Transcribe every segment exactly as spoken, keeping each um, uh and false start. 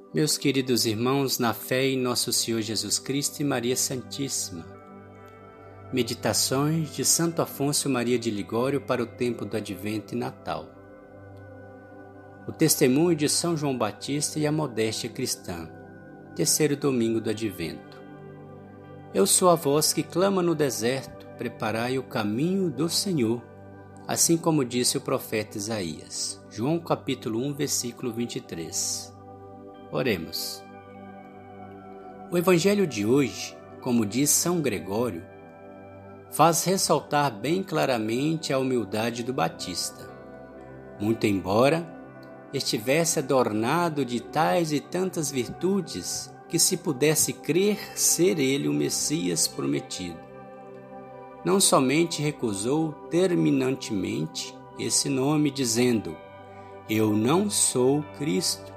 Meus queridos irmãos, na fé em Nosso Senhor Jesus Cristo e Maria Santíssima. Meditações de Santo Afonso Maria de Ligório para o tempo do Advento e Natal. O testemunho de São João Batista e a modéstia cristã. Terceiro domingo do Advento. Eu sou a voz que clama no deserto, preparai o caminho do Senhor, assim como disse o profeta Isaías. João capítulo um, versículo vinte e três. Oremos. O Evangelho de hoje, como diz São Gregório, faz ressaltar bem claramente a humildade do Batista. Muito embora estivesse adornado de tais e tantas virtudes que se pudesse crer ser ele o Messias prometido. Não somente recusou terminantemente esse nome, dizendo: Eu não sou Cristo,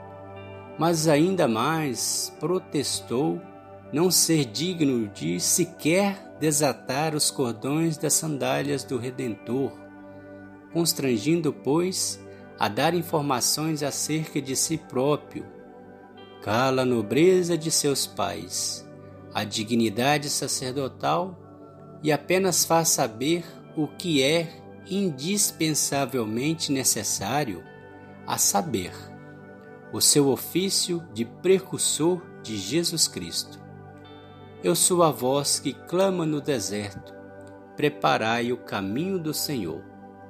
mas ainda mais protestou não ser digno de sequer desatar os cordões das sandálias do Redentor, constrangindo, pois, a dar informações acerca de si próprio. Cala a nobreza de seus pais, a dignidade sacerdotal e apenas faz saber o que é indispensavelmente necessário, a saber, o seu ofício de precursor de Jesus Cristo. Eu sou a voz que clama no deserto, preparai o caminho do Senhor.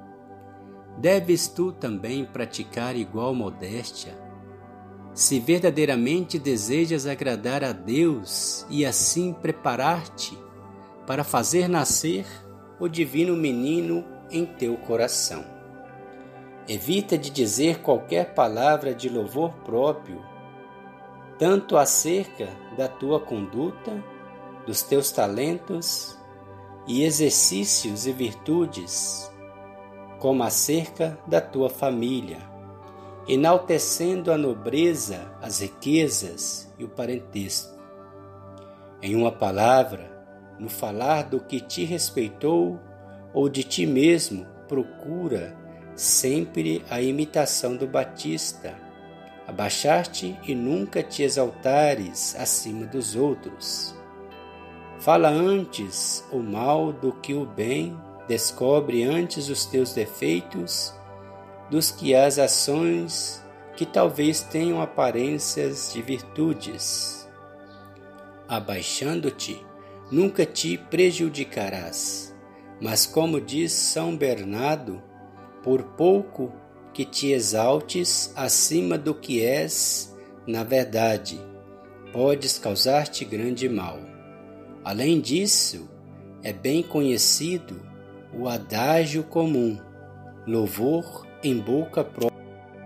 Deves tu também praticar igual modéstia, se verdadeiramente desejas agradar a Deus e assim preparar-te para fazer nascer o divino menino em teu coração. Evita de dizer qualquer palavra de louvor próprio, tanto acerca da tua conduta, dos teus talentos e exercícios e virtudes, como acerca da tua família, enaltecendo a nobreza, as riquezas e o parentesco. Em uma palavra, no falar do que te respeitou ou de ti mesmo, procura sempre a imitação do Batista, abaixar-te e nunca te exaltares acima dos outros. Fala antes o mal do que o bem, descobre antes os teus defeitos dos que as ações que talvez tenham aparências de virtudes. Abaixando-te, nunca te prejudicarás, mas como diz São Bernardo, por pouco que te exaltes acima do que és, na verdade, podes causar-te grande mal. Além disso, é bem conhecido o adágio comum, louvor em boca própria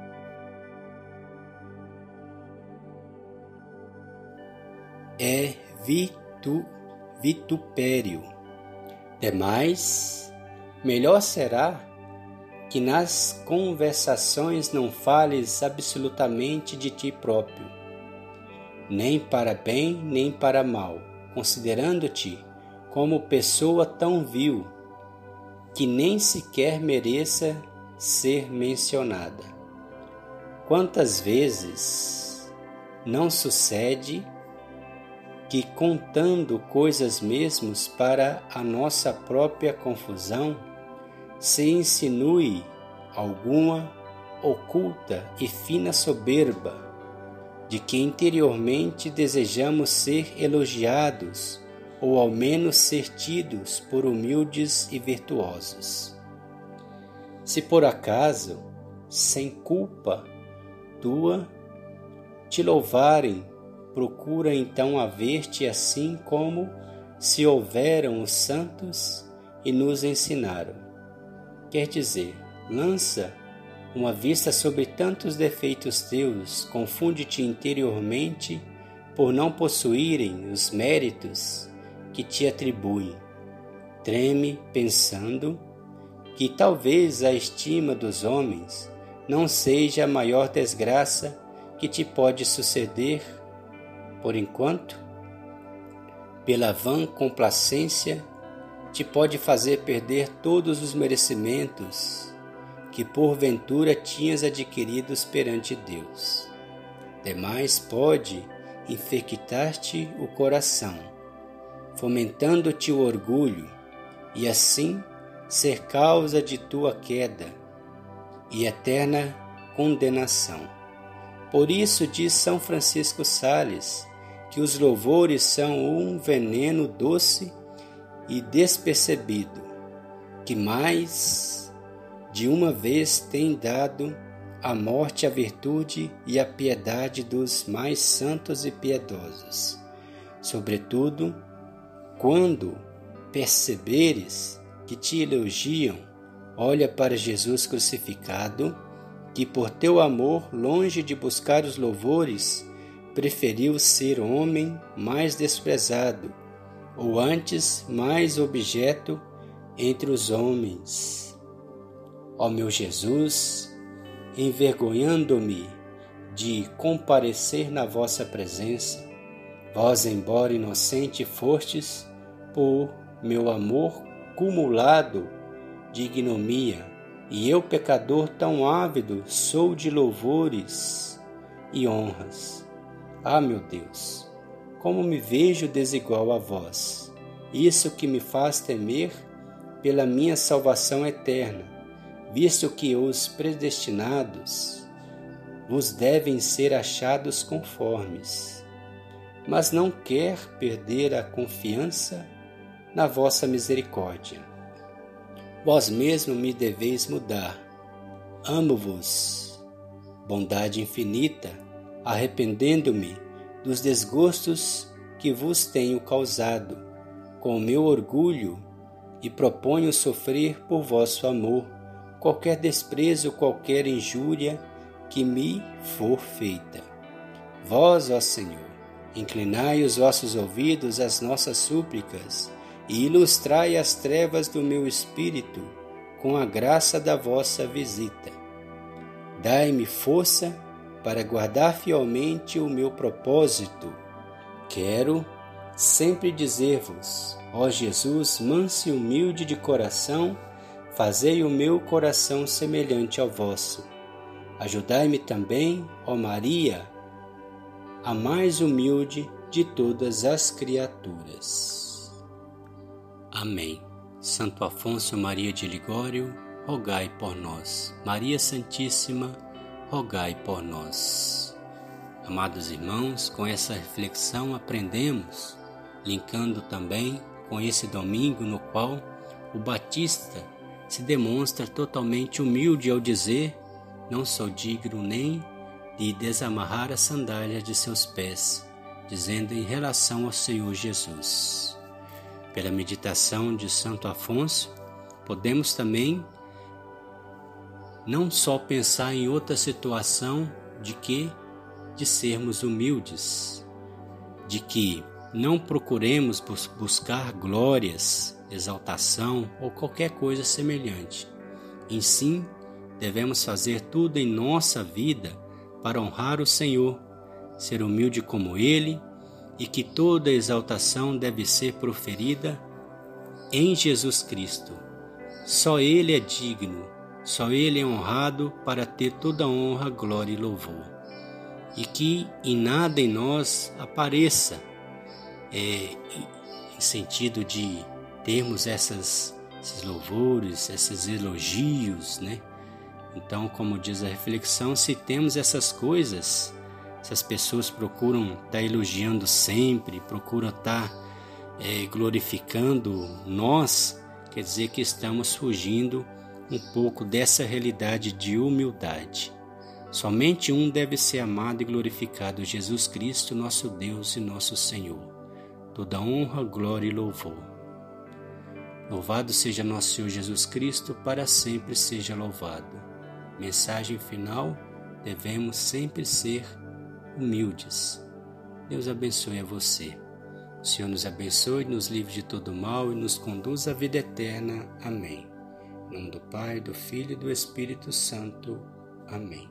é vitu, vitupério. Demais, melhor será que nas conversações não fales absolutamente de ti próprio, nem para bem nem para mal, considerando-te como pessoa tão vil que nem sequer mereça ser mencionada. Quantas vezes não sucede que, contando coisas mesmos para a nossa própria confusão, se insinue alguma oculta e fina soberba, de que interiormente desejamos ser elogiados ou ao menos ser tidos por humildes e virtuosos. Se por acaso, sem culpa tua, te louvarem, procura então haver-te assim como se houveram os santos e nos ensinaram. Quer dizer, lança uma vista sobre tantos defeitos teus, confunde-te interiormente por não possuírem os méritos que te atribuem. Treme pensando que talvez a estima dos homens não seja a maior desgraça que te pode suceder, por enquanto, pela vã complacência te pode fazer perder todos os merecimentos que porventura tinhas adquiridos perante Deus. Demais pode infectar-te o coração, fomentando-te o orgulho, e assim ser causa de tua queda e eterna condenação. Por isso diz São Francisco Sales que os louvores são um veneno doce e despercebido, que mais de uma vez tem dado a morte à virtude e à piedade dos mais santos e piedosos. Sobretudo, quando perceberes que te elogiam, olha para Jesus crucificado, que por teu amor, longe de buscar os louvores, preferiu ser homem mais desprezado, ou antes mais objeto entre os homens. Ó meu Jesus, envergonhando-me de comparecer na vossa presença, vós, embora inocente fostes, por meu amor cumulado de ignomia, e eu, pecador tão ávido, sou de louvores e honras. Ah, meu Deus, como me vejo desigual a vós, isso que me faz temer pela minha salvação eterna, visto que os predestinados vos devem ser achados conformes, mas não quer perder a confiança na vossa misericórdia. Vós mesmo me deveis mudar. Amo-vos, bondade infinita, arrependendo-me dos desgostos que vos tenho causado, com o meu orgulho, e proponho sofrer por vosso amor qualquer desprezo, qualquer injúria que me for feita. Vós, ó Senhor, inclinai os vossos ouvidos às nossas súplicas e ilustrai as trevas do meu espírito com a graça da vossa visita. Dai-me força para guardar fielmente o meu propósito. Quero sempre dizer-vos, ó Jesus, manso e humilde de coração, fazei o meu coração semelhante ao vosso. Ajudai-me também, ó Maria, a mais humilde de todas as criaturas. Amém. Santo Afonso Maria de Ligório, rogai por nós. Maria Santíssima, rogai por nós. Amados irmãos, com essa reflexão aprendemos, linkando também com esse domingo no qual o Batista se demonstra totalmente humilde ao dizer: não sou digno nem de desamarrar as sandálias de seus pés, dizendo em relação ao Senhor Jesus. Pela meditação de Santo Afonso, podemos também não só pensar em outra situação de que de sermos humildes, de que não procuremos bus- buscar glórias, exaltação ou qualquer coisa semelhante. Em sim, devemos fazer tudo em nossa vida para honrar o Senhor, ser humilde como Ele, e que toda exaltação deve ser proferida em Jesus Cristo. Só Ele é digno, só Ele é honrado para ter toda honra, glória e louvor. E que em nada em nós apareça, é, em sentido de termos essas, esses louvores, esses elogios, né? Então, como diz a reflexão, se temos essas coisas, se as pessoas procuram estar elogiando sempre, procuram estar é, glorificando nós, quer dizer que estamos fugindo um pouco dessa realidade de humildade. Somente um deve ser amado e glorificado, Jesus Cristo, nosso Deus e nosso Senhor. Toda honra, glória e louvor. Louvado seja nosso Senhor Jesus Cristo, para sempre seja louvado. Mensagem final: devemos sempre ser humildes. Deus abençoe a você. O Senhor nos abençoe, nos livre de todo mal e nos conduz à vida eterna. Amém. Em nome do Pai, do Filho e do Espírito Santo. Amém.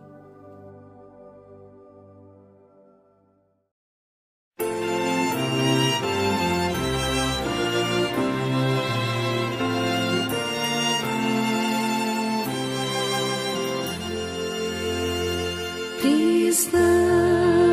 Cristã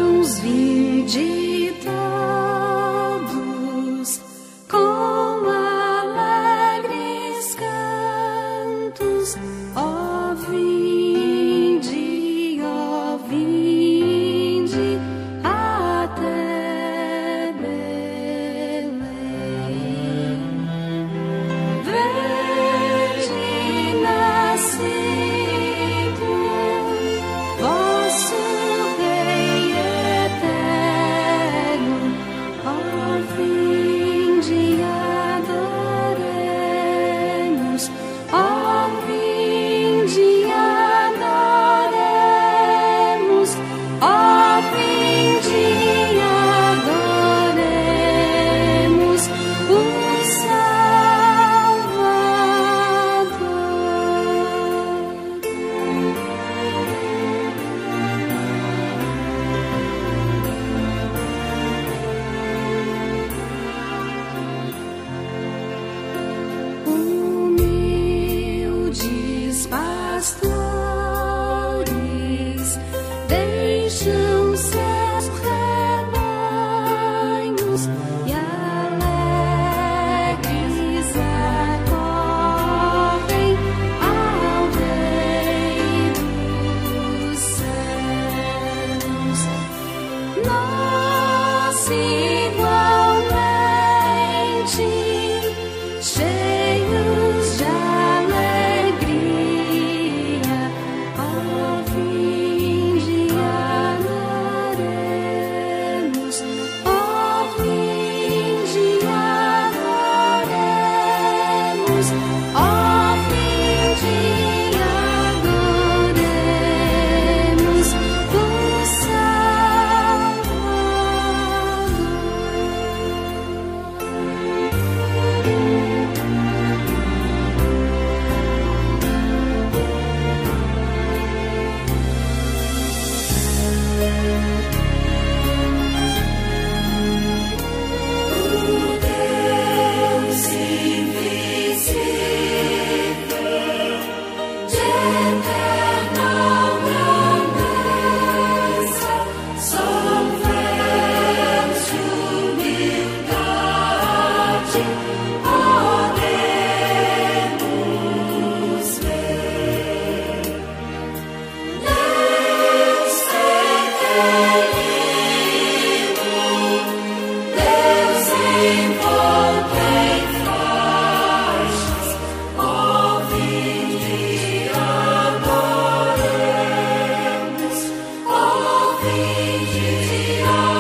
Ritiro